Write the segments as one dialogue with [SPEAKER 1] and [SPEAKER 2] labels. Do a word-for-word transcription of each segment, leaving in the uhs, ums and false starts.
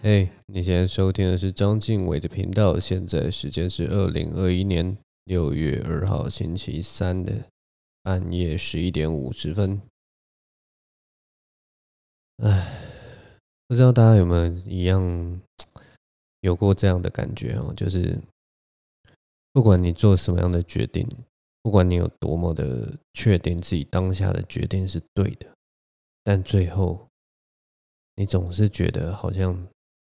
[SPEAKER 1] 嘿，你现在收听的是张敬伟的频道，现在时间是二零二一年六月二号星期三的半夜十一点五十分。唉，不知道大家有没有一样有过这样的感觉哦？就是不管你做什么样的决定，不管你有多么的确定自己当下的决定是对的，但最后你总是觉得好像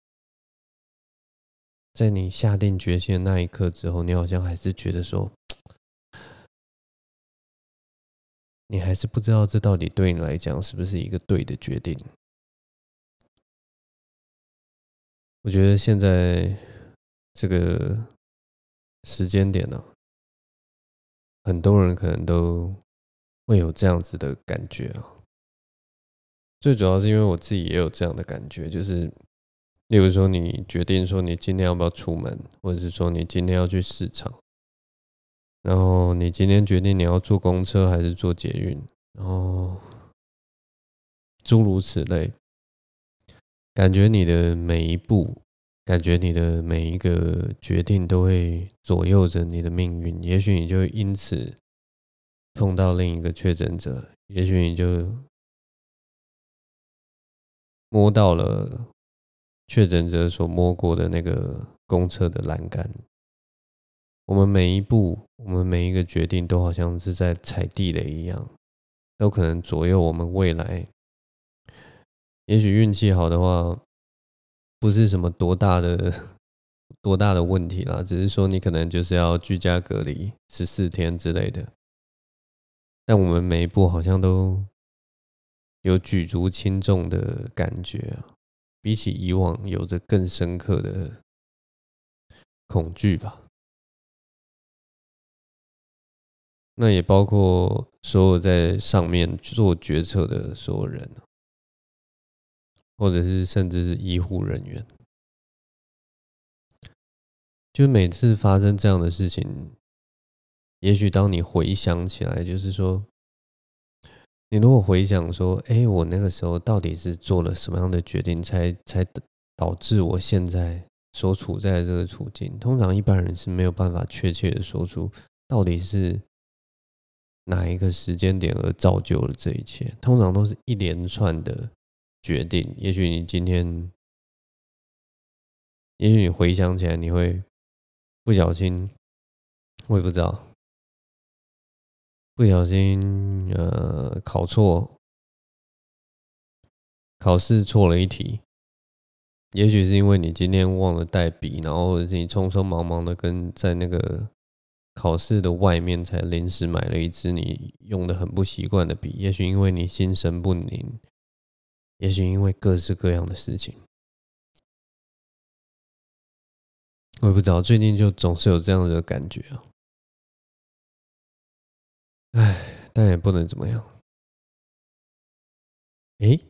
[SPEAKER 1] 在你下定决心的那一刻之后，你好像还是觉得说，你还是不知道这到底对你来讲是不是一个对的决定。我觉得现在这个时间点呢、啊，很多人可能都会有这样子的感觉啊。最主要是因为我自己也有这样的感觉，就是例如说你决定说你今天要不要出门，或者是说你今天要去市场，然后你今天决定你要坐公车还是坐捷运，然后诸如此类，感觉你的每一步，感觉你的每一个决定都会左右着你的命运。也许你就因此碰到另一个确诊者，也许你就摸到了确诊者所摸过的那个公车的栏杆。我们每一步，我们每一个决定，都好像是在踩地雷一样，都可能左右我们未来。也许运气好的话，不是什么多大的多大的问题啦，只是说你可能就是要居家隔离十四天之类的。但我们每一步好像都有举足轻重的感觉啊，比起以往有着更深刻的恐惧吧。那也包括所有在上面做决策的所有人，或者是甚至是医护人员。就每次发生这样的事情，也许当你回想起来，就是说，你如果回想说，哎，我那个时候到底是做了什么样的决定，才才导致我现在所处在的这个处境？通常一般人是没有办法确切的说出到底是哪一个时间点而造就了这一切。通常都是一连串的决定。也许你今天，也许你回想起来，你会不小心，我也不知道，不小心呃考错，考试错了一题。也许是因为你今天忘了带笔，然后或者是你匆匆忙忙的跟在那个考试的外面才临时买了一支你用的很不习惯的笔。也许因为你心神不宁，也许因为各式各样的事情，我也不知道。最近就总是有这样的感觉啊，唉，但也不能怎么样。诶，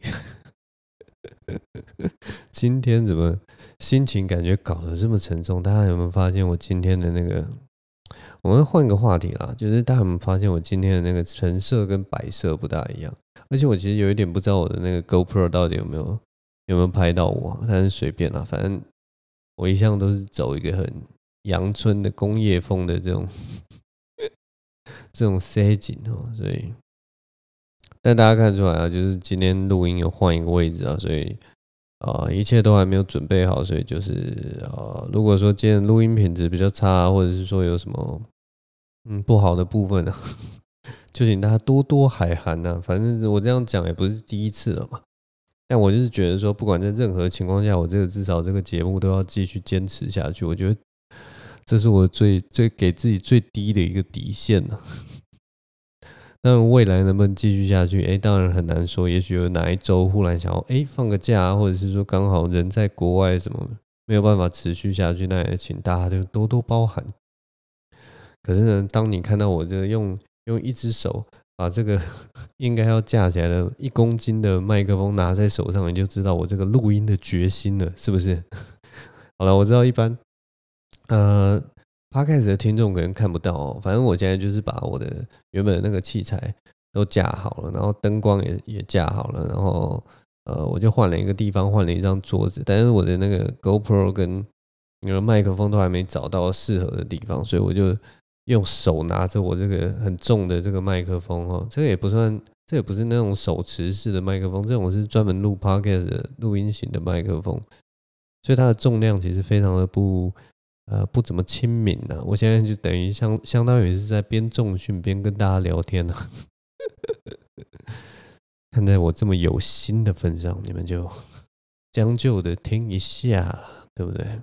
[SPEAKER 1] 今天怎么心情感觉搞得这么沉重？大家有没有发现我今天的那个？我们换个话题啦，就是大家有没有发现我今天的那个橙色跟白色不大一样？而且我其实有一点不知道我的那个 GoPro 到底有没有有没有拍到我，但是随便啦，反正我一向都是走一个很阳春的工业风的这种这种 C 景哦，所以但大家看出来啊，就是今天录音有换一个位置啊，所以啊、呃一切都还没有准备好，所以就是啊、呃如果说今天录音品质比较差，或者是说有什么嗯不好的部分呢、啊，就请大家多多海涵呐、啊。反正我这样讲也不是第一次了嘛，但我就是觉得说，不管在任何情况下，我这个至少这个节目都要继续坚持下去。我觉得这是我最最给自己最低的一个底线了、啊。那未来能不能继续下去？哎，当然很难说。也许有哪一周忽然想要哎放个假，或者是说刚好人在国外什么没有办法持续下去，那也请大家就多多包涵。可是呢，当你看到我这个用用一只手把这个应该要架起来的一公斤的麦克风拿在手上，你就知道我这个录音的决心了，是不是？好了，我知道一般呃 Podcast 的听众可能看不到哦，反正我现在就是把我的原本的那个器材都架好了，然后灯光也也架好了，然后呃，我就换了一个地方，换了一张桌子，但是我的那个 GoPro 跟那个麦克风都还没找到适合的地方，所以我就用手拿着我这个很重的这个麦克风哦，这个也不算，这也不是那种手持式的麦克风，这种是专门录 Podcast 的录音型的麦克风，所以它的重量其实非常的不呃不怎么亲民啊。我现在就等于相相当于是在边重训边跟大家聊天呢、啊。看在我这么有心的份上，你们就将就的听一下，对不对？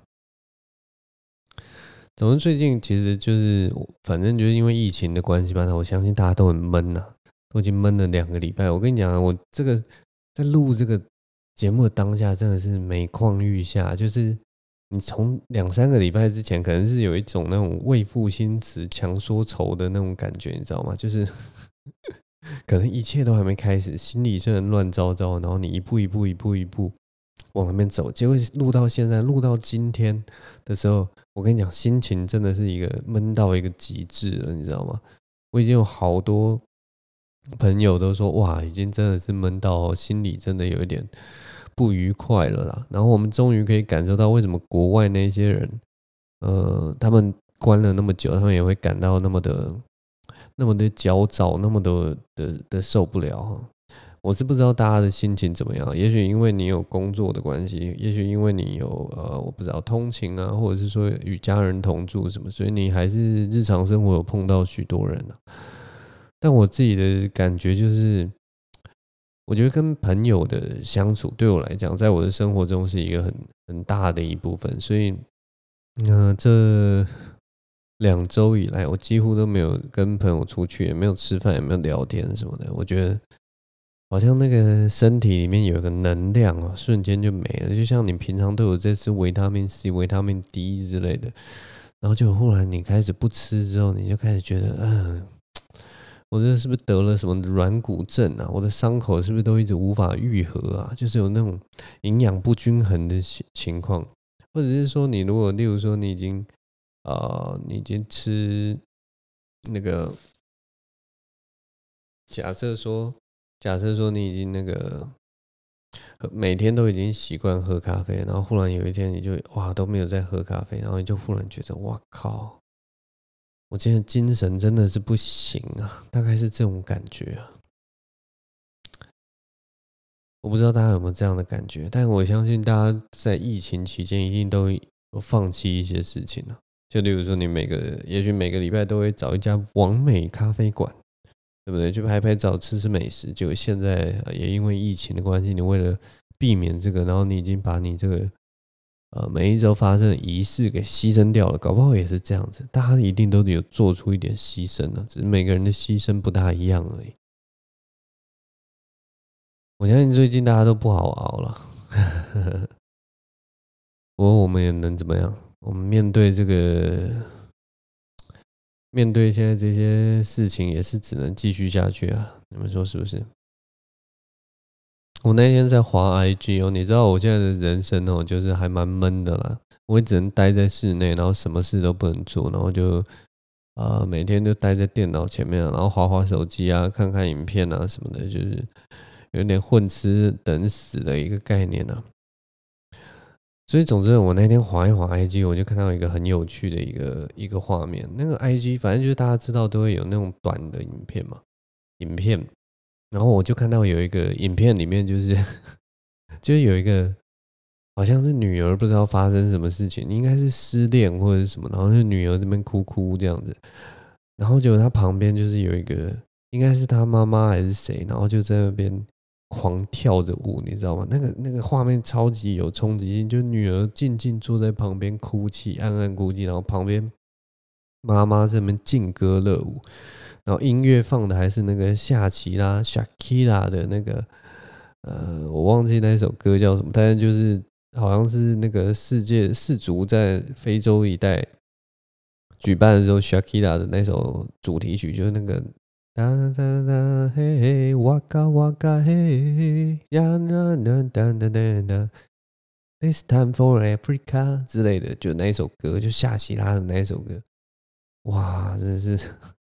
[SPEAKER 1] 总之最近其实就是，反正就是因为疫情的关系吧，我相信大家都很闷呐、啊，都已经闷了两个礼拜。我跟你讲、啊，我这个在录这个节目的当下，真的是每况愈下。就是你从两三个礼拜之前，可能是有一种那种为赋新词强说愁的那种感觉，你知道吗？就是可能一切都还没开始，心里虽然乱糟糟，然后你一步一步一步一步往那边走，结果录到现在，录到今天的时候，我跟你讲，心情真的是一个闷到一个极致了，你知道吗？我已经有好多朋友都说，哇，已经真的是闷到心里真的有一点不愉快了啦。然后我们终于可以感受到为什么国外那些人，呃，他们关了那么久，他们也会感到那么的。那么的焦躁，那么的的的受不了哈。我是不知道大家的心情怎么样，也许因为你有工作的关系，也许因为你有呃，我不知道通勤啊，或者是说与家人同住什么，所以你还是日常生活有碰到许多人啊。但我自己的感觉就是，我觉得跟朋友的相处对我来讲，在我的生活中是一个很很大的一部分，所以，呃，这两周以来，我几乎都没有跟朋友出去，也没有吃饭，也没有聊天什么的。我觉得好像那个身体里面有一个能量哦，瞬间就没了。就像你平常都有在吃维他命 C、维他命 D 之类的，然后就忽然你开始不吃之后，你就开始觉得，嗯，我这是不是得了什么软骨症啊？我的伤口是不是都一直无法愈合啊？就是有那种营养不均衡的情况，或者是说，你如果例如说你已经呃，你已经吃那个，假设说，假设说你已经那个每天都已经习惯喝咖啡，然后忽然有一天你就哇都没有在喝咖啡，然后你就忽然觉得哇靠，我今天精神真的是不行啊，大概是这种感觉啊。我不知道大家有没有这样的感觉，但我相信大家在疫情期间一定都有放弃一些事情啊。就例如说，你每个也许每个礼拜都会找一家完美咖啡馆，对不对？去拍拍照、吃吃美食。就现在也因为疫情的关系，你为了避免这个，然后你已经把你这个呃每一周发生的仪式给牺牲掉了。搞不好也是这样子，大家一定都有做出一点牺牲了，只是每个人的牺牲不大一样而已。我相信最近大家都不好熬了，不过我们也能怎么样？我们面对这个，面对现在这些事情，也是只能继续下去啊！你们说是不是？我那天在滑 I G 哦，你知道我现在的人生哦，就是还蛮闷的啦。我也只能待在室内，然后什么事都不能做，然后就呃每天都待在电脑前面，然后滑滑手机啊，看看影片啊什么的，就是有点混吃等死的一个概念啊。所以总之，我那天滑一滑 I G，我就看到一个很有趣的一个一个画面。那个 I G 反正就是大家知道都会有那种短的影片嘛，影片。然后我就看到有一个影片里面就是就是有一个好像是女儿不知道发生什么事情，应该是失恋或者是什么，然后就女儿这边哭哭这样子，然后结果她旁边就是有一个应该是她妈妈还是谁，然后就在那边狂跳着舞，你知道吗？那个那个画面超级有冲击性，就女儿静静坐在旁边哭泣，暗暗哭泣，然后旁边妈妈这边劲歌热舞，然后音乐放的还是那个夏奇拉 Shakira 的那个，呃，我忘记那首歌叫什么，但是就是好像是那个世界世足在非洲一带举办的时候，Shakira 的那首主题曲，就是那个哒哒哒嘿嘿哇嘎哇嘎嘿呀哒哒哒哒哒哒，It's time for Africa 之类的，就那一首歌，就夏奇拉的那一首歌，哇，真的是。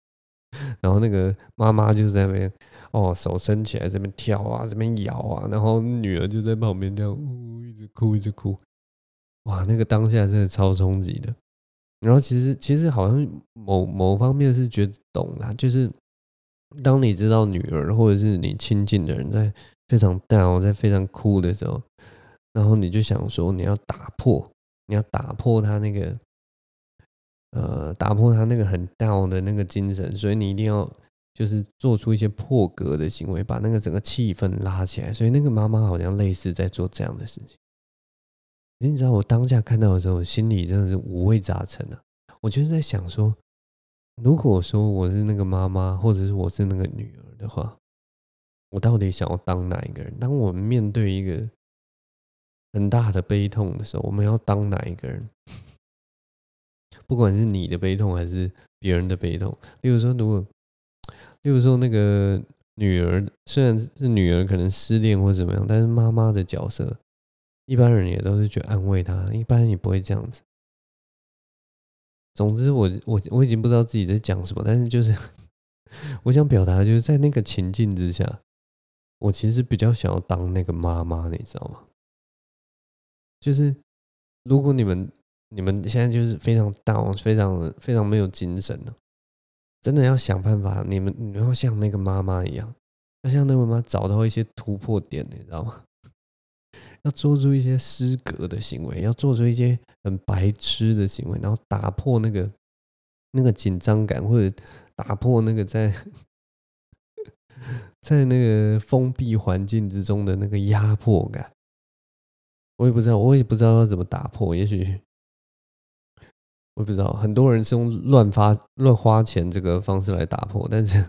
[SPEAKER 1] 然后那个妈妈就在那边哦，手伸起来这边跳啊，这边摇啊，然后女儿就在旁边这样呜，一直哭一直哭，哇，那个当下真的超冲击的。然后其实其实好像某某方面是觉得懂啦，就是当你知道女儿或者是你亲近的人在非常 down 在非常哭的时候，然后你就想说你要打破，你要打破他那个呃打破他那个很 down 的那个精神，所以你一定要就是做出一些破格的行为，把那个整个气氛拉起来。所以那个妈妈好像类似在做这样的事情。你知道我当下看到的时候，我心里真的是五味杂陈啊。我就是在想说，如果说我是那个妈妈，或者是我是那个女儿的话，我到底想要当哪一个人？当我们面对一个很大的悲痛的时候，我们要当哪一个人？不管是你的悲痛还是别人的悲痛。例如说，如果，例如说那个女儿，虽然是女儿可能失恋或怎么样，但是妈妈的角色，一般人也都是去安慰她，一般人也不会这样子。总之我，我我已经不知道自己在讲什么，但是就是我想表达，就是在那个情境之下，我其实比较想要当那个妈妈，你知道吗？就是如果你们你们现在就是非常 down，非常非常没有精神了，真的要想办法，你们你们要像那个妈妈一样，要像那个妈妈找到一些突破点，你知道吗？要做出一些失格的行为，要做出一些很白痴的行为，然后打破那个那个紧张感，或者打破那个在在那个封闭环境之中的那个压迫感。我也不知道，我也不知道要怎么打破。也许我也不知道，很多人是用乱发乱花钱这个方式来打破，但是，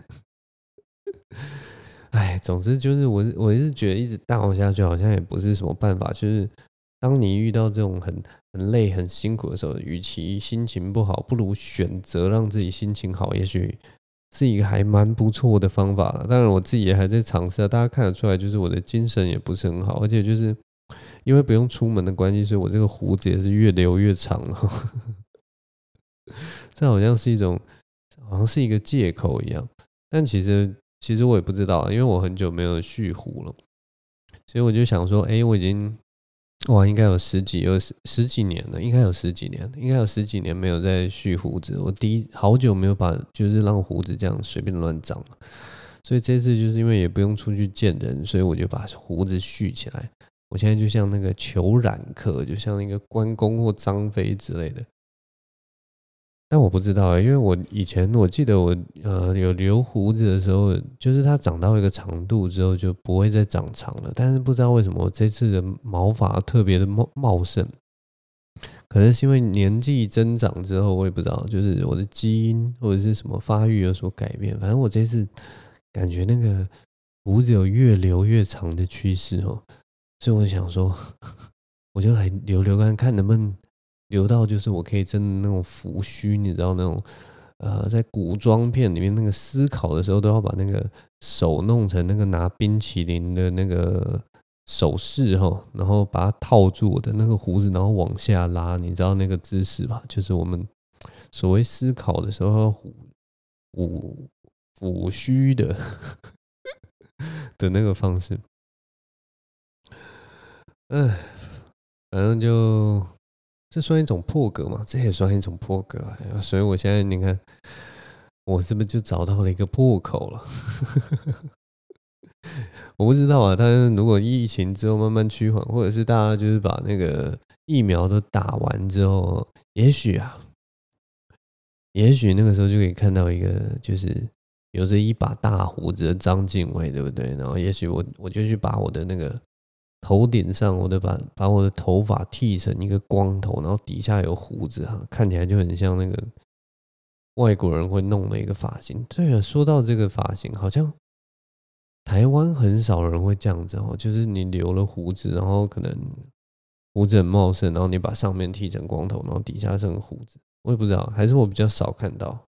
[SPEAKER 1] 哎，总之就是我我是觉得一直倒下去好像也不是什么办法。就是当你遇到这种很很累、很辛苦的时候，与其心情不好，不如选择让自己心情好，也许是一个还蛮不错的方法了。当然，我自己也还在尝试啊，大家看得出来，就是我的精神也不是很好，而且就是因为不用出门的关系，所以我这个胡子也是越留越长了。这好像是一种，好像是一个借口一样。但其实，其实我也不知道啊，因为我很久没有蓄胡了，所以我就想说，哎、欸，我已经哇，应该有十几、二十、十几年了，应该有十几年，应该有十几年没有再蓄胡子。我第一好久没有把，就是让胡子这样随便乱长了。所以这次就是因为也不用出去见人，所以我就把胡子蓄起来。我现在就像那个裘冉客，就像那个关公或张飞之类的。但我不知道欸，因为我以前我记得我呃有留胡子的时候，就是它长到一个长度之后就不会再长长了。但是不知道为什么我这次的毛发特别的茂茂盛，可能是因为年纪增长之后，我也不知道，就是我的基因或者是什么发育有所改变。反正我这次感觉那个胡子有越留越长的趋势哦，所以我想说，我就来留留看看能不能留到就是我可以真的那种抚须，你知道那种呃，在古装片里面那个思考的时候都要把那个手弄成那个拿冰淇淋的那个手势哈，然后把它套住我的那个胡子，然后往下拉，你知道那个姿势吧？就是我们所谓思考的时候要抚抚抚须的的那个方式。嗯，反正就这算一种破格嘛？这也算一种破格啊！所以我现在你看，我是不是就找到了一个破口了？我不知道啊，但是如果疫情之后慢慢趋缓，或者是大家就是把那个疫苗都打完之后，也许啊，也许那个时候就可以看到一个就是有着一把大胡子的张敬伟，对不对？然后也许我我就去把我的那个头顶上，我的把把我的头发剃成一个光头，然后底下有胡子哈，看起来就很像那个外国人会弄的一个发型。对了，说到这个发型，好像台湾很少人会这样子哦，就是你留了胡子，然后可能胡子很茂盛，然后你把上面剃成光头，然后底下剩胡子。我也不知道，还是我比较少看到。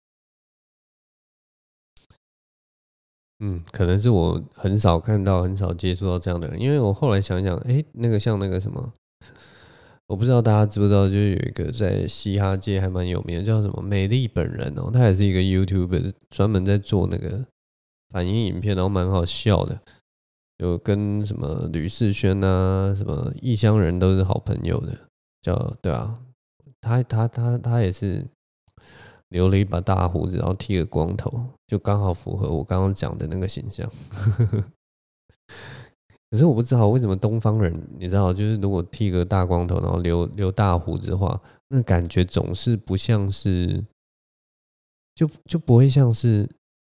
[SPEAKER 1] 嗯，可能是我很少看到、很少接触到这样的人，因为我后来想想，哎，那个像那个什么我不知道大家知不知道，就是有一个在嘻哈界还蛮有名的，叫什么美丽本人哦，他也是一个 YouTuber，专门在做那个反应影片，然后蛮好笑的，有跟什么吕世轩啊、什么异乡人都是好朋友的，叫对啊，他他他他也是留了一把大胡子，然后剃个光头，就刚好符合我刚刚讲的那个形象。可是我不知道为什么东方人，你知道，就是如果剃个大光头，然后留留大胡子的话，那感觉总是不像是，就就不会像是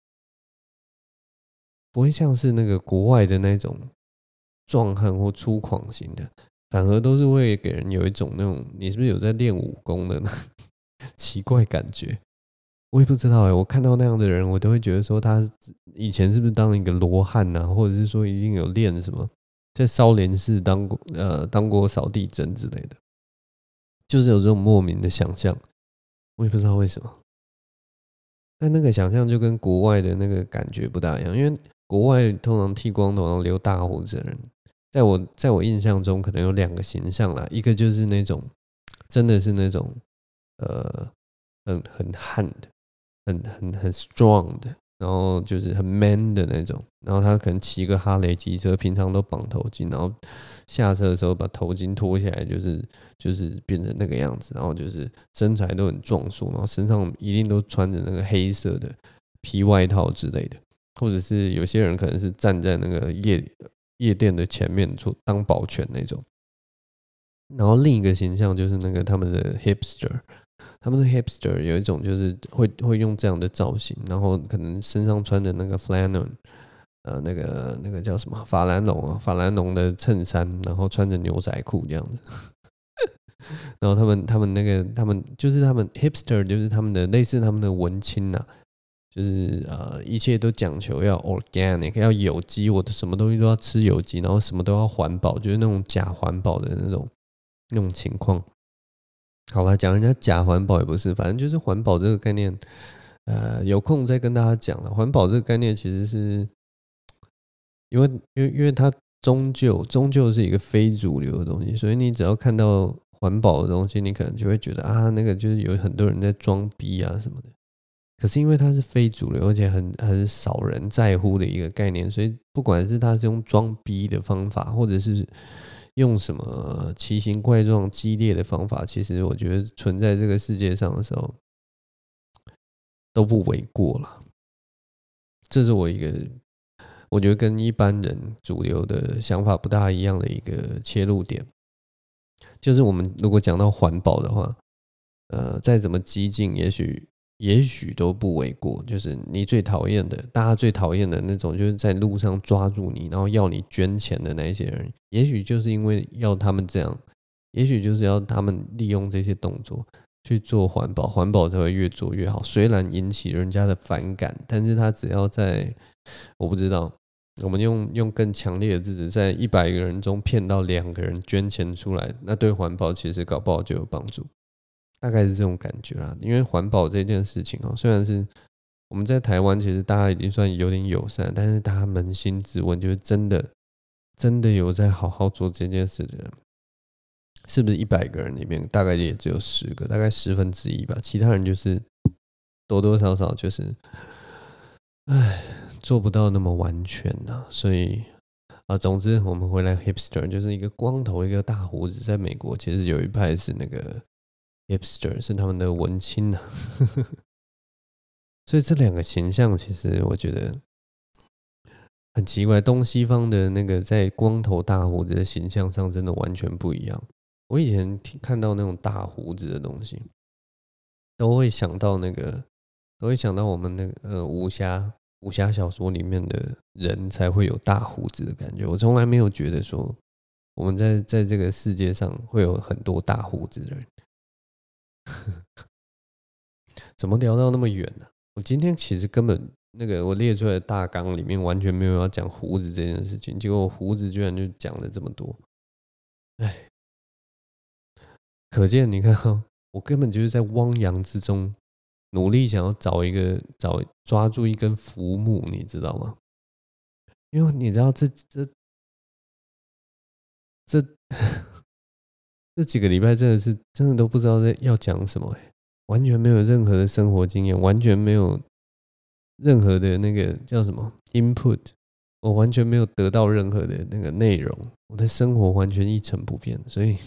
[SPEAKER 1] 不会像是那个国外的那种壮汉或粗犷型的，反而都是会给人有一种那种你是不是有在练武功的奇怪感觉。我也不知道哎、欸，我看到那样的人，我都会觉得说他以前是不是当一个罗汉呐，或者是说一定有练什么，在少林寺当过呃当过扫地僧之类的，就是有这种莫名的想象，我也不知道为什么。但那个想象就跟国外的那个感觉不大一样，因为国外通常剃光头然后留大胡子的人，在我在我印象中可能有两个形象啦，一个就是那种真的是那种呃很很悍的。很很很 strong 的，然后就是很 man 的那种，然后他可能骑个哈雷机车，平常都绑头巾，然后下车的时候把头巾脱下来，就是就是变成那个样子，然后就是身材都很壮硕，然后身上一定都穿着那个黑色的皮外套之类的，或者是有些人可能是站在那个夜夜店的前面做当保全那种，然后另一个形象就是那个他们的 hipster。他们的 hipster 有一种就是会会用这样的造型，然后可能身上穿的那个 flannel，呃，那个那个叫什么法兰绒啊，法兰绒的衬衫，然后穿着牛仔裤这样子。然后他们他们那个他们就是他们 hipster 就是他们的类似他们的文青呐、啊，就是呃一切都讲求要 organic 要有机，我的什么东西都要吃有机，然后什么都要环保，就是那种假环保的那种那种情况。好了，讲人家假环保也不是，反正就是环保这个概念，呃，有空再跟大家讲了。环保这个概念其实是因为因为因为它终究终究是一个非主流的东西，所以你只要看到环保的东西，你可能就会觉得啊，那个就是有很多人在装逼啊什么的。可是因为它是非主流，而且很很少人在乎的一个概念，所以不管是他是用装逼的方法，或者是用什么奇形怪状、激烈的方法，其实我觉得存在这个世界上的时候都不为过了。这是我一个我觉得跟一般人主流的想法不大一样的一个切入点，就是我们如果讲到环保的话，呃，再怎么激进，也许也许都不为过。就是你最讨厌的，大家最讨厌的那种，就是在路上抓住你，然后要你捐钱的那些人，也许就是因为要他们这样，也许就是要他们利用这些动作去做环保，环保才会越做越好。虽然引起人家的反感，但是他只要在，我不知道。我们用用更强烈的字词，在一百个人中骗到两个人捐钱出来，那对环保其实搞不好就有帮助。大概是这种感觉啦。因为环保这件事情哦，虽然是我们在台湾，其实大家已经算有点友善，但是大家扪心自问，就是真的真的有在好好做这件事的人，是不是一百个人里面大概也只有十个，大概十分之一吧？其他人就是多多少少就是，唉，做不到那么完全呐、啊。所以啊，总之我们回来 hipster 就是一个光头，一个大胡子，在美国其实有一派是那个 hipster 是他们的文青啊，所以这两个形象其实我觉得很奇怪，东西方的那个在光头大胡子的形象上真的完全不一样。我以前看到那种大胡子的东西，都会想到那个，都会想到我们那个呃武侠武侠小说里面的人才会有大胡子的感觉。我从来没有觉得说我们在在这个世界上会有很多大胡子的人。怎么聊到那么远呢、啊？我今天其实根本那个我列出来的大纲里面完全没有要讲胡子这件事情，结果胡子居然就讲了这么多，哎，可见你看哈，我根本就是在汪洋之中努力想要找一个找抓住一根浮木，你知道吗？因为你知道这这这这几个礼拜真的是真的都不知道在要讲什么、欸，完全没有任何的生活经验，完全没有任何的那个叫什么 input，我完全没有得到任何的那个内容，我的生活完全一成不变，所以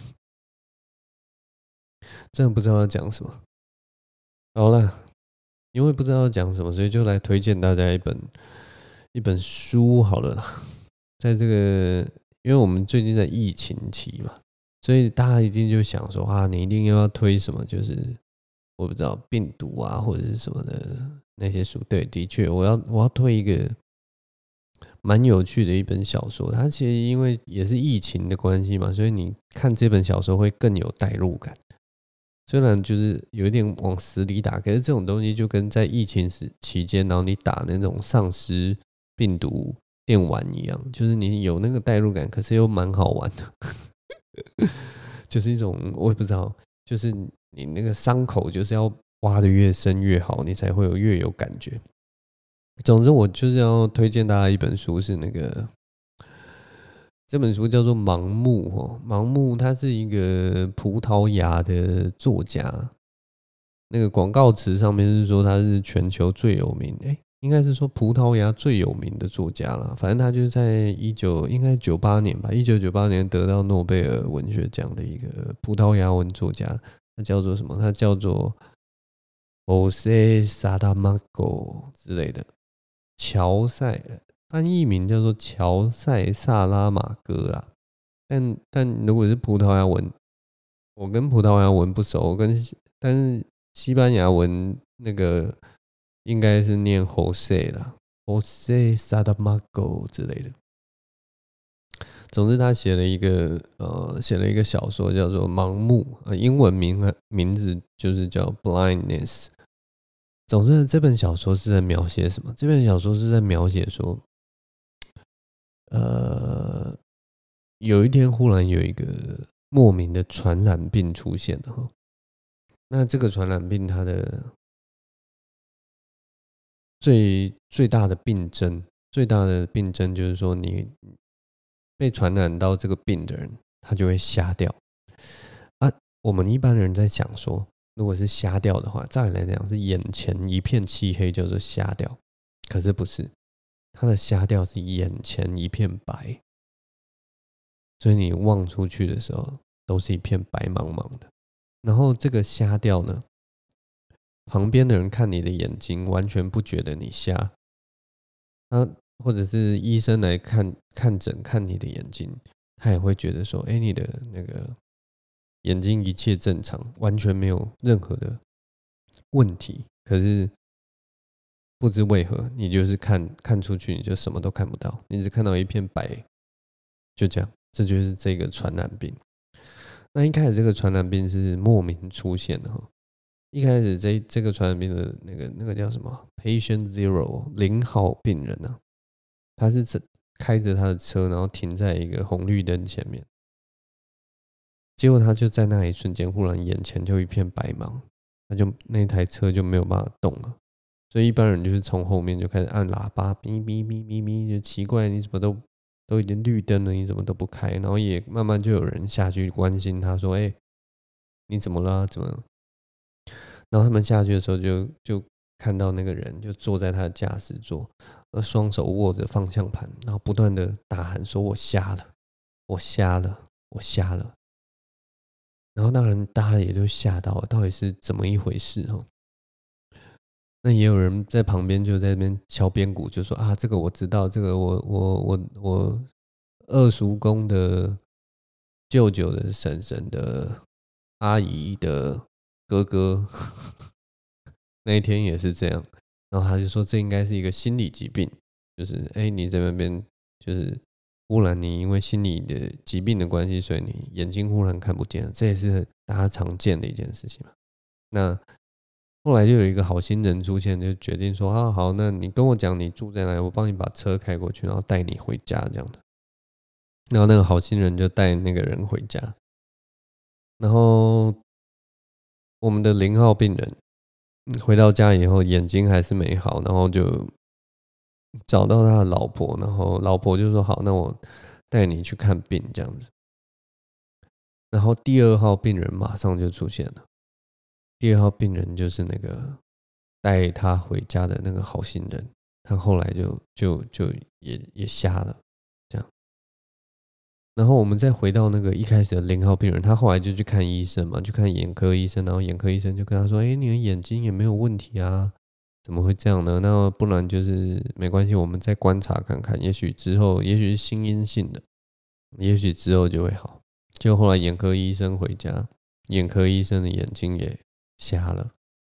[SPEAKER 1] 真的不知道要讲什么。好了，因为不知道要讲什么，所以就来推荐大家一本一本书好了啦。在这个，因为我们最近在疫情期嘛，所以大家一定就想说啊，你一定要推什么，就是我不知道病毒啊或者是什么的那些书。对，的确，我要我要推一个蛮有趣的一本小说。它其实因为也是疫情的关系嘛，所以你看这本小说会更有代入感。虽然就是有一点往死里打，可是这种东西就跟在疫情时期间，然后你打那种丧尸病毒电玩一样，就是你有那个代入感，可是又蛮好玩的，就是一种我也不知道，就是你那个伤口就是要挖的越深越好，你才会有越有感觉。总之，我就是要推荐大家一本书，是那个这本书叫做《盲目》哦，盲目他是一个葡萄牙的作家，那个广告词上面是说他是全球最有名，哎、欸，应该是说葡萄牙最有名的作家啦。反正他就是在一九应该九八年吧，一九九八年得到诺贝尔文学奖的一个葡萄牙文作家，他叫做什么？他叫做 José Saramago 之类的，乔塞。翻译名叫做乔塞萨拉马戈啦，但但如果是葡萄牙文，我跟葡萄牙文不熟，跟但是西班牙文那个应该是念 Jose 啦 ，Jose Saramago 之类的。总之，他写了一个呃，写了一个小说叫做《盲目》，呃，英文名名字就是叫 Blindness。总之，这本小说是在描写什么？这本小说是在描写说。呃，有一天忽然有一个莫名的传染病出现了哈，那这个传染病它的最最大的病症，最大的病症就是说你被传染到这个病的人，他就会瞎掉啊。我们一般人在想说，如果是瞎掉的话，再来讲是眼前一片漆黑，叫做瞎掉，可是不是，他的瞎掉是眼前一片白。所以你望出去的时候，都是一片白茫茫的。然后这个瞎掉呢，旁边的人看你的眼睛，完全不觉得你瞎。那或者是医生来看看诊看你的眼睛，他也会觉得说，哎，你的那个眼睛一切正常，完全没有任何的问题。可是不知为何，你就是看看出去，你就什么都看不到，你只看到一片白，就这样。这就是这个传染病。那一开始这个传染病是莫名出现的哈。一开始这这个传染病的那个那个叫什么 Patient Zero 零号病人啊，他是开着他的车，然后停在一个红绿灯前面，结果他就在那一瞬间，忽然眼前就一片白茫，他就那台车就没有办法动了。所以一般人就是从后面就开始按喇叭，哔哔哔哔哔，就奇怪你怎么都。都已经绿灯了，你怎么都不开？然后也慢慢就有人下去关心他，说：“哎、欸，你怎么了？怎么？”然后他们下去的时候就，就看到那个人就坐在他的驾驶座，双手握着方向盘，然后不断的大喊说：“我瞎了，我瞎了，我瞎了。”然后当然大家也就吓到了，到底是怎么一回事哦？那也有人在旁边就在那边敲边鼓，就说啊，这个我知道，这个我我我我二叔公的舅舅的婶婶的阿姨的哥哥，那一天也是这样。然后他就说，这应该是一个心理疾病，就是哎、欸，你在那边就是忽然你因为心理的疾病的关系，所以你眼睛忽然看不见了，这也是大家常见的一件事情嘛。那后来就有一个好心人出现，就决定说：“啊，好，那你跟我讲你住在哪里，我帮你把车开过去，然后带你回家这样的。”然后那个好心人就带那个人回家，然后我们的零号病人回到家以后，眼睛还是没好，然后就找到他的老婆，然后老婆就说：“好，那我带你去看病这样子。” 然后第二号病人马上就出现了，第二号病人就是那个带他回家的那个好心人，他后来就就就也也瞎了，这样。然后我们再回到那个一开始的零号病人，他后来就去看医生嘛，去看眼科医生，然后眼科医生就跟他说：“哎，你的眼睛也没有问题啊，怎么会这样呢？那不然就是没关系，我们再观察看看，也许之后，也许是心因性的，也许之后就会好。”就后来眼科医生回家，眼科医生的眼睛也瞎了，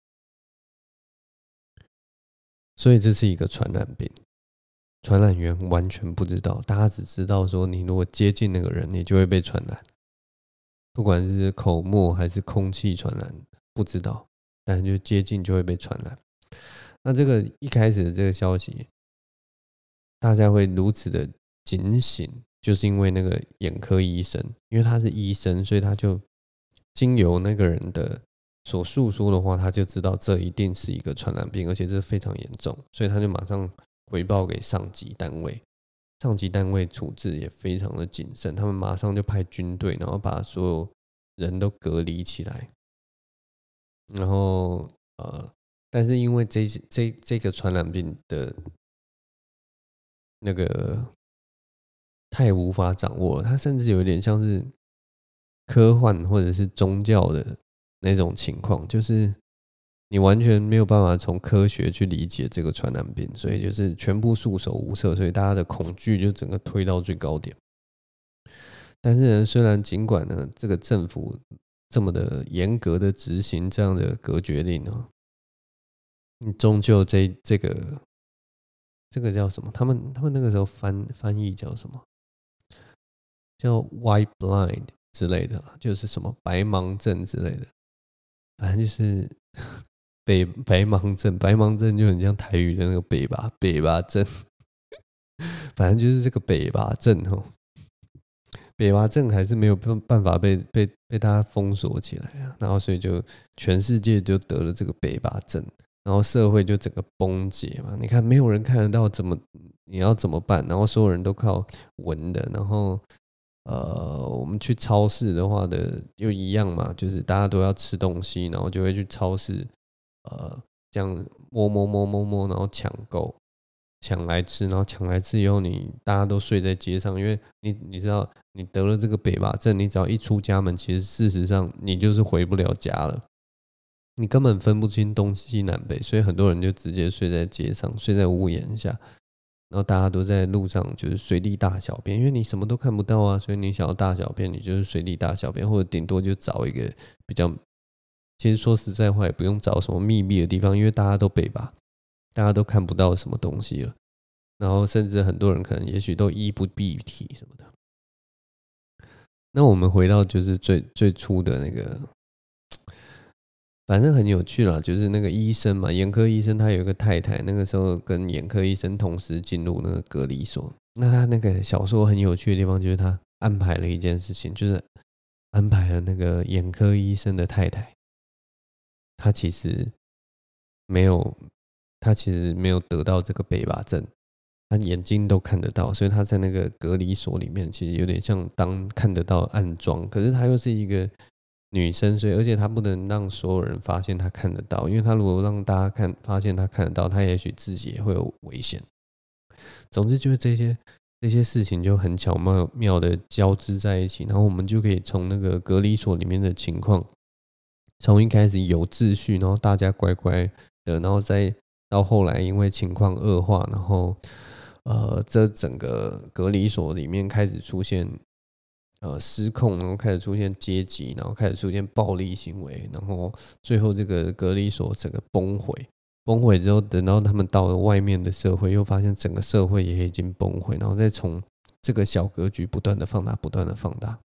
[SPEAKER 1] 所以这是一个传染病。传染源完全不知道，大家只知道说，你如果接近那个人，你就会被传染，不管是口沫还是空气传染，不知道，但就接近就会被传染。那这个一开始的这个消息，大家会如此的警醒，就是因为那个眼科医生，因为他是医生，所以他就经由那个人的所述说的话，他就知道这一定是一个传染病，而且这非常严重，所以他就马上回报给上级单位。上级单位处置也非常的谨慎，他们马上就派军队，然后把所有人都隔离起来。然后呃，但是因为这这这个传染病的那个太无法掌握了，它甚至有点像是科幻或者是宗教的那种情况，就是你完全没有办法从科学去理解这个传染病，所以就是全部束手无策，所以大家的恐惧就整个推到最高点。但是呢，虽然尽管呢，这个政府这么的严格的执行这样的隔绝令呢，终究这这个这个叫什么？他们他们那个时候翻翻译叫什么？叫 white blind 之类的，就是什么白盲症之类的，反正就是北白盲症，白盲症就很像台语的那个北吧北吧症，反正就是这个北吧症哦。北伐症还是没有办法被被被大家封锁起来啊，然后所以就全世界就得了这个北伐症，然后社会就整个崩解嘛。你看没有人看得到，怎么你要怎么办？然后所有人都靠闻的，然后呃，我们去超市的话的又一样嘛，就是大家都要吃东西，然后就会去超市呃这样摸摸摸摸摸，然后抢购。抢来吃，然后抢来吃以后，你大家都睡在街上，因为你你知道，你得了这个北伐症，你只要一出家门，其实事实上你就是回不了家了，你根本分不清东西南北，所以很多人就直接睡在街上，睡在屋檐下，然后大家都在路上就是随地大小便，因为你什么都看不到啊，所以你想要大小便，你就是随地大小便，或者顶多就找一个比较，其实说实在话也不用找什么密闭的地方，因为大家都北伐。大家都看不到什么东西了，然后甚至很多人可能也许都衣不蔽体什么的。那我们回到就是最最初的那个，反正很有趣啦，就是那个医生嘛，眼科医生他有一个太太，那个时候跟眼科医生同时进入那个隔离所。那他那个小说很有趣的地方就是他安排了一件事情，就是安排了那个眼科医生的太太，他其实没有。他其实没有得到这个北伐症，他眼睛都看得到，所以他在那个隔离所里面，其实有点像当看得到暗装。可是他又是一个女生，所以而且他不能让所有人发现他看得到，因为他如果让大家看发现他看得到，他也许自己也会有危险。总之就是这些这些事情就很巧妙妙的交织在一起，然后我们就可以从那个隔离所里面的情况，从一开始有秩序，然后大家乖乖的，然后再到后来因为情况恶化，然后呃，这整个隔离所里面开始出现呃失控，然后开始出现阶级，然后开始出现暴力行为，然后最后这个隔离所整个崩毁。崩毁之后，等到他们到了外面的社会，又发现整个社会也已经崩毁，然后再从这个小格局不断的放大，不断的放大。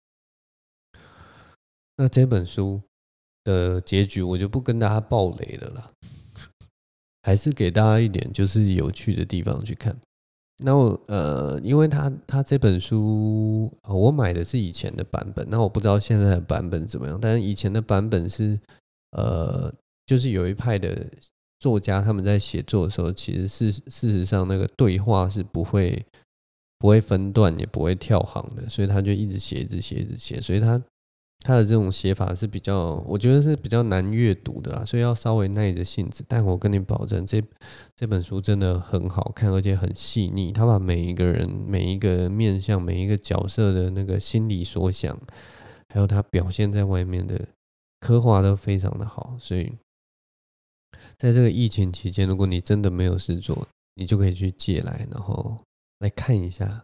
[SPEAKER 1] 那这本书的结局我就不跟大家爆雷了啦。还是给大家一点就是有趣的地方去看。那我呃，因为他他这本书、哦、我买的是以前的版本，那我不知道现在的版本怎么样。但是以前的版本是呃，就是有一派的作家他们在写作的时候，其实是事实上那个对话是不会不会分段，也不会跳行的，所以他就一直写，一直写，一直写，所以他他的这种写法是比较，我觉得是比较难阅读的啦，所以要稍微耐着性子。但我跟你保证，这这本书真的很好看，而且很细腻。他把每一个人、每一个面向、每一个角色的那个心理所想，还有他表现在外面的刻画都非常的好。所以在这个疫情期间，如果你真的没有事做，你就可以去借来，然后来看一下。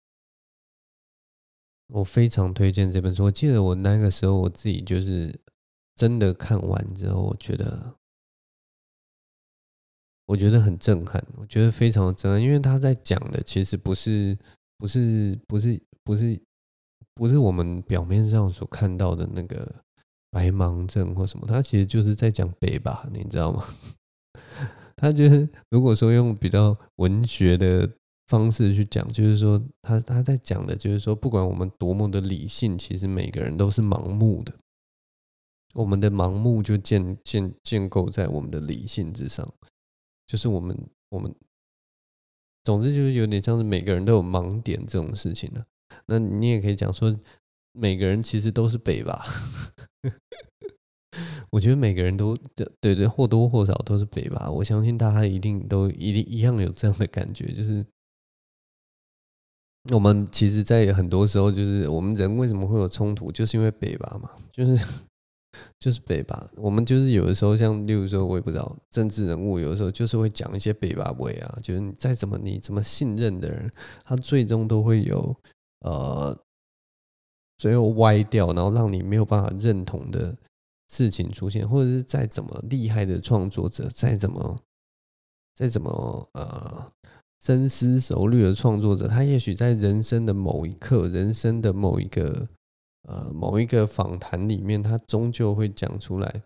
[SPEAKER 1] 我非常推荐这本书。我记得我那个时候我自己就是真的看完之后，我觉得我觉得很震撼，我觉得非常的震撼，因为他在讲的其实不是不是不是不是不是我们表面上所看到的那个白盲症或什么，他其实就是在讲北吧，你知道吗？他就是如果说用比较文学的方式去讲，就是说他他在讲的就是说，不管我们多么的理性，其实每个人都是盲目的。我们的盲目就建建建构在我们的理性之上，就是我们我们总之就是有点像是每个人都有盲点这种事情呢、啊。那你也可以讲说，每个人其实都是北吧。我觉得每个人都对对或多或少都是北吧。我相信大家一定都一定一样有这样的感觉，就是我们其实，在很多时候，就是我们人为什么会有冲突，就是因为北吧嘛，就是就是北吧。我们就是有的时候，像例如说，我也不知道政治人物有的时候就是会讲一些北吧味啊，就是你再怎么你怎么信任的人，他最终都会有呃最后歪掉，然后让你没有办法认同的事情出现，或者是再怎么厉害的创作者，再怎么再怎么呃深思熟虑的创作者，他也许在人生的某一刻，人生的某一个呃某一个访谈里面，他终究会讲出来，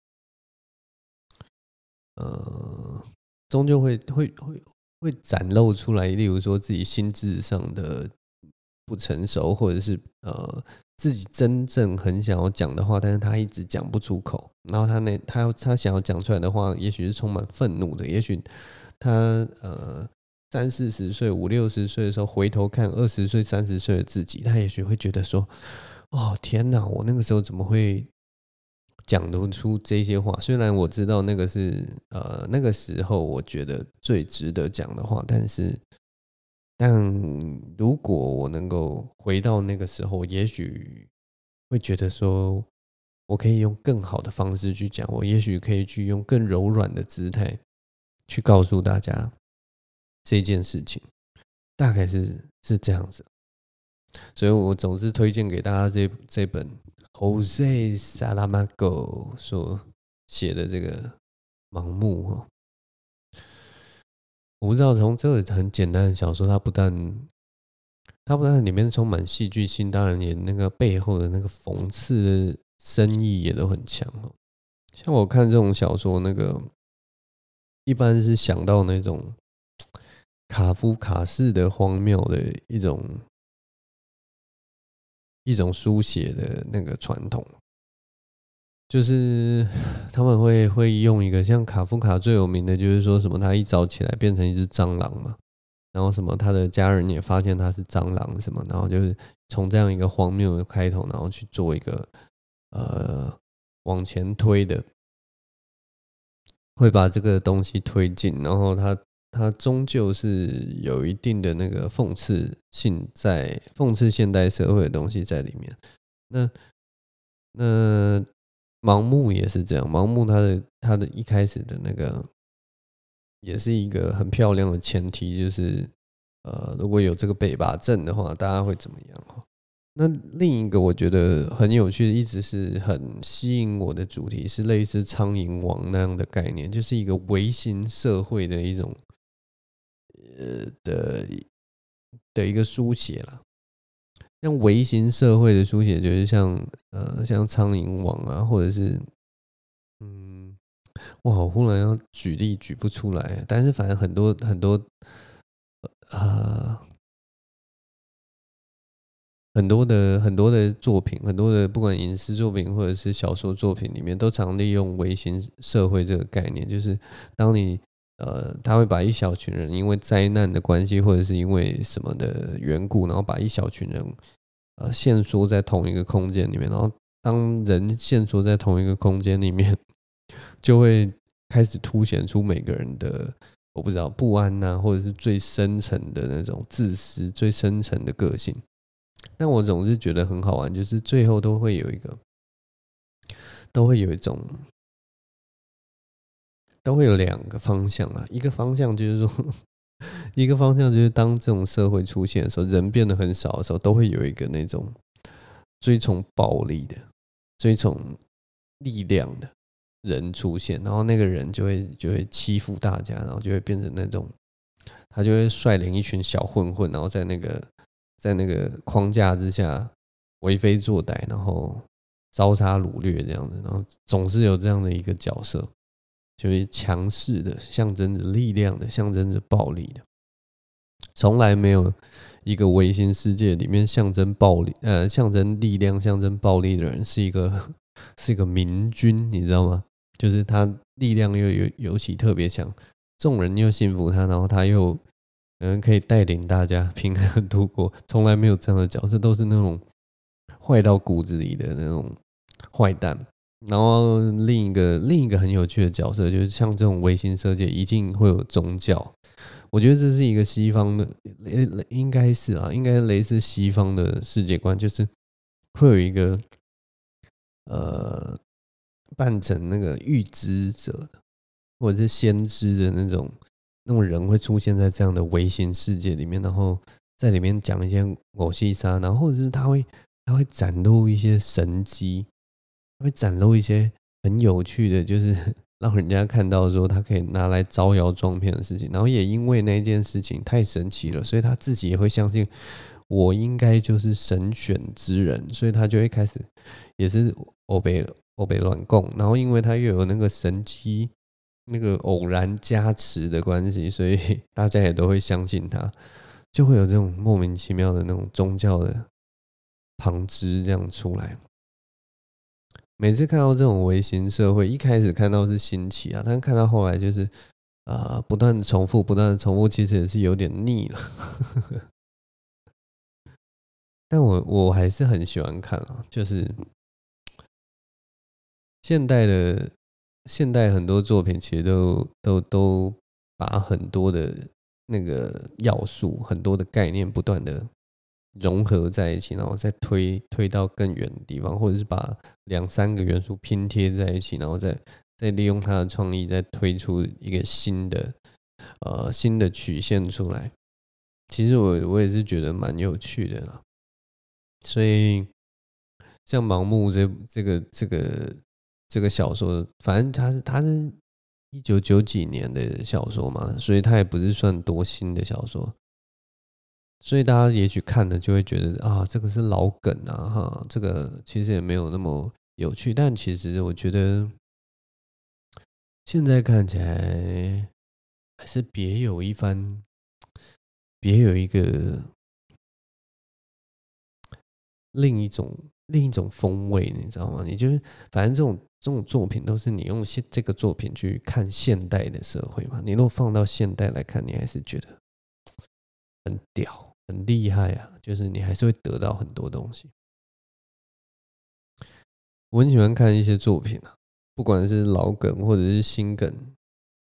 [SPEAKER 1] 呃，终究会会会会展露出来，例如说自己心智上的不成熟，或者是呃自己真正很想要讲的话，但是他一直讲不出口。然后他那他他想要讲出来的话，也许是充满愤怒的，也许他呃三四十岁、五六十岁的时候回头看二十岁、三十岁的自己，他也许会觉得说：“哦天哪，我那个时候怎么会讲得出这些话？”虽然我知道那个是呃那个时候我觉得最值得讲的话，但是。但如果我能够回到那个时候，也许会觉得说，我可以用更好的方式去讲，我也许可以去用更柔软的姿态去告诉大家这件事情，大概是是这样子。所以我总是推荐给大家这这本 Jose Saramago 所写的这个《盲目》哈。我不知道从这个很简单的小说，它不但它不但里面充满戏剧性，当然也那个背后的那个讽刺的深意也都很强哦。像我看这种小说，那个一般是想到那种卡夫卡式的荒谬的一种一种书写的那个传统，就是他们会会用一个像卡夫卡最有名的就是说什么，他一早起来变成一只蟑螂嘛。然后什么，他的家人也发现他是蟑螂什么，然后就是从这样一个荒谬的开头，然后去做一个呃往前推的，会把这个东西推进，然后他他终究是有一定的那个讽刺性在，讽刺现代社会的东西在里面。那那盲目也是这样，盲目他的他的一开始的那个也是一个很漂亮的前提，就是呃，如果有这个北伐症的话，大家会怎么样？那另一个我觉得很有趣的，一直是很吸引我的主题，是类似苍蝇王那样的概念，就是一个微型社会的一种呃的的一个书写啦。像微型社会的书写，就是像呃像苍蝇王啊，或者是嗯，哇，我忽然要举例举不出来，但是反正很多很多呃很多的很多的作品，很多的不管影视作品或者是小说作品里面，都常利用微型社会这个概念，就是当你呃，他会把一小群人因为灾难的关系，或者是因为什么的缘故，然后把一小群人呃限缩在同一个空间里面，然后当人限缩在同一个空间里面，就会开始凸显出每个人的我不知道不安呐、啊，或者是最深层的那种自私、最深层的个性。但我总是觉得很好玩，就是最后都会有一个，都会有一种，都会有两个方向啊。一个方向就是说，一个方向就是当这种社会出现的时候，人变得很少的时候，都会有一个那种追从暴力的、追从力量的人出现，然后那个人就会就会欺负大家，然后就会变成那种他就会率领一群小混混，然后在那个在那个框架之下为非作歹，然后招杀掳掠这样子，然后总是有这样的一个角色，就是强势的，象征着力量的，象征着暴力的，从来没有一个微型世界里面象征暴力，呃，象征力量、象征暴力的人是一个是一个明君，你知道吗？就是他力量又有尤其特别强，众人又信服他，然后他又嗯可以带领大家平安度过，从来没有这样的角色，都是那种坏到骨子里的那种坏蛋。然后另一个另一个很有趣的角色，就是像这种微型世界一定会有宗教，我觉得这是一个西方的，应该是啊，应该类似西方的世界观，就是会有一个呃扮成那个预知者的或者是先知的那种那种人会出现在这样的微型世界里面，然后在里面讲一些偶戏杀，然后或者是他会他会展露一些神机，会展露一些很有趣的，就是让人家看到说他可以拿来招摇撞骗的事情，然后也因为那件事情太神奇了，所以他自己也会相信我应该就是神选之人，所以他就会开始也是欧北欧北乱供，然后因为他又有那个神机那个偶然加持的关系，所以大家也都会相信他，就会有这种莫名其妙的那种宗教的旁支这样出来。每次看到这种微型社会，一开始看到是新奇啊，但看到后来就是呃不断的重复，不断的重复，其实也是有点腻了。但我我还是很喜欢看啊，就是现代的现代很多作品其实都都都把很多的那个要素、很多的概念不断的融合在一起，然后再推推到更远的地方，或者是把两三个元素拼贴在一起，然后再再利用它的创意，再推出一个新的呃新的曲线出来。其实我我也是觉得蛮有趣的啦，所以像盲目这这个这个这个小说，反正它是它是一九九几年的小说嘛，所以它也不是算多新的小说。所以大家也许看了就会觉得啊，这个是老梗啊，哈，这个其实也没有那么有趣。但其实我觉得现在看起来还是别有一番，别有一个另一种另一种风味，你知道吗？你就是反正这种这种作品都是你用现这个作品去看现代的社会嘛，你如果放到现代来看，你还是觉得很屌。很厉害啊，就是你还是会得到很多东西。我很喜欢看一些作品啊，不管是老梗或者是新梗，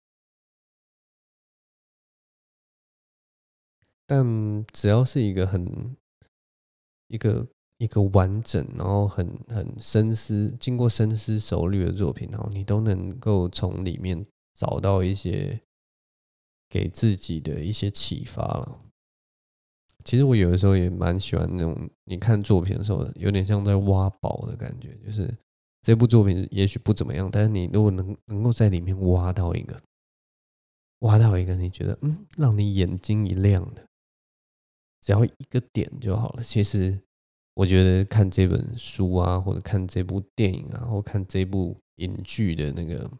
[SPEAKER 1] 但只要是一个很一个一个完整，然后很很深思，经过深思熟虑的作品，然后你都能够从里面找到一些给自己的一些启发了。其实我有的时候也蛮喜欢那种你看作品的时候，有点像在挖宝的感觉，就是这部作品也许不怎么样，但是你如果能能够在里面挖到一个，挖到一个你觉得嗯，让你眼睛一亮的，只要一个点就好了。其实我觉得看这本书啊，或者看这部电影啊，或看这部影剧的那个，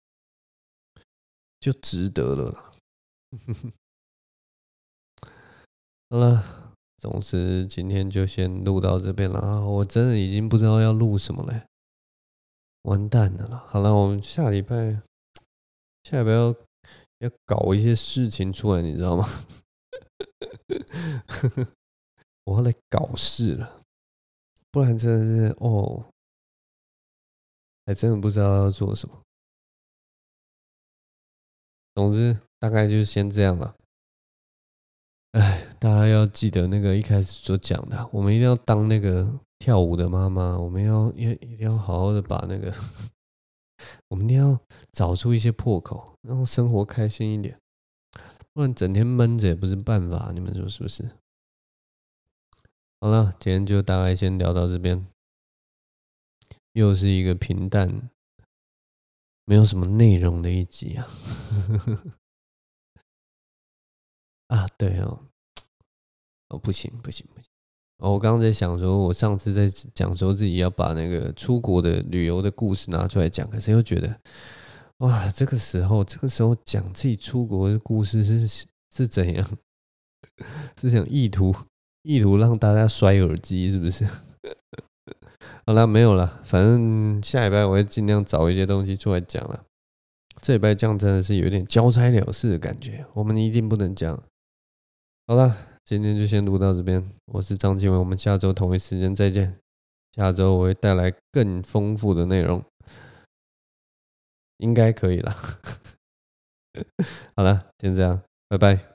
[SPEAKER 1] 就值得了啦。好了，总之今天就先录到这边了啊！我真的已经不知道要录什么了，完蛋了啦！好了，我们下礼拜下礼拜要要搞一些事情出来，你知道吗？我要来搞事了，不然真的是哦，还真的不知道要做什么。总之，大概就是先这样了。哎，大家要记得那个一开始所讲的，我们一定要当那个跳舞的妈妈，我们要要一定要好好的把那个，我们一定要找出一些破口，让生活开心一点，不然整天闷着也不是办法，你们说是不是？好了，今天就大概先聊到这边，又是一个平淡、没有什么内容的一集啊。啊，对哦，哦，不行不行不行。哦，我刚刚在想说，我上次在讲说自己要把那个出国的旅游的故事拿出来讲，可是又觉得，哇，这个时候这个时候讲自己出国的故事是是怎样？是想意图意图让大家摔耳机，是不是？好啦，没有了，反正下礼拜我会尽量找一些东西出来讲了。这礼拜这样真的是有点交差了事的感觉，我们一定不能这样。好了，今天就先录到这边，我是张继文，我们下周同一时间再见。下周我会带来更丰富的内容，应该可以了。好了，先这样，拜拜。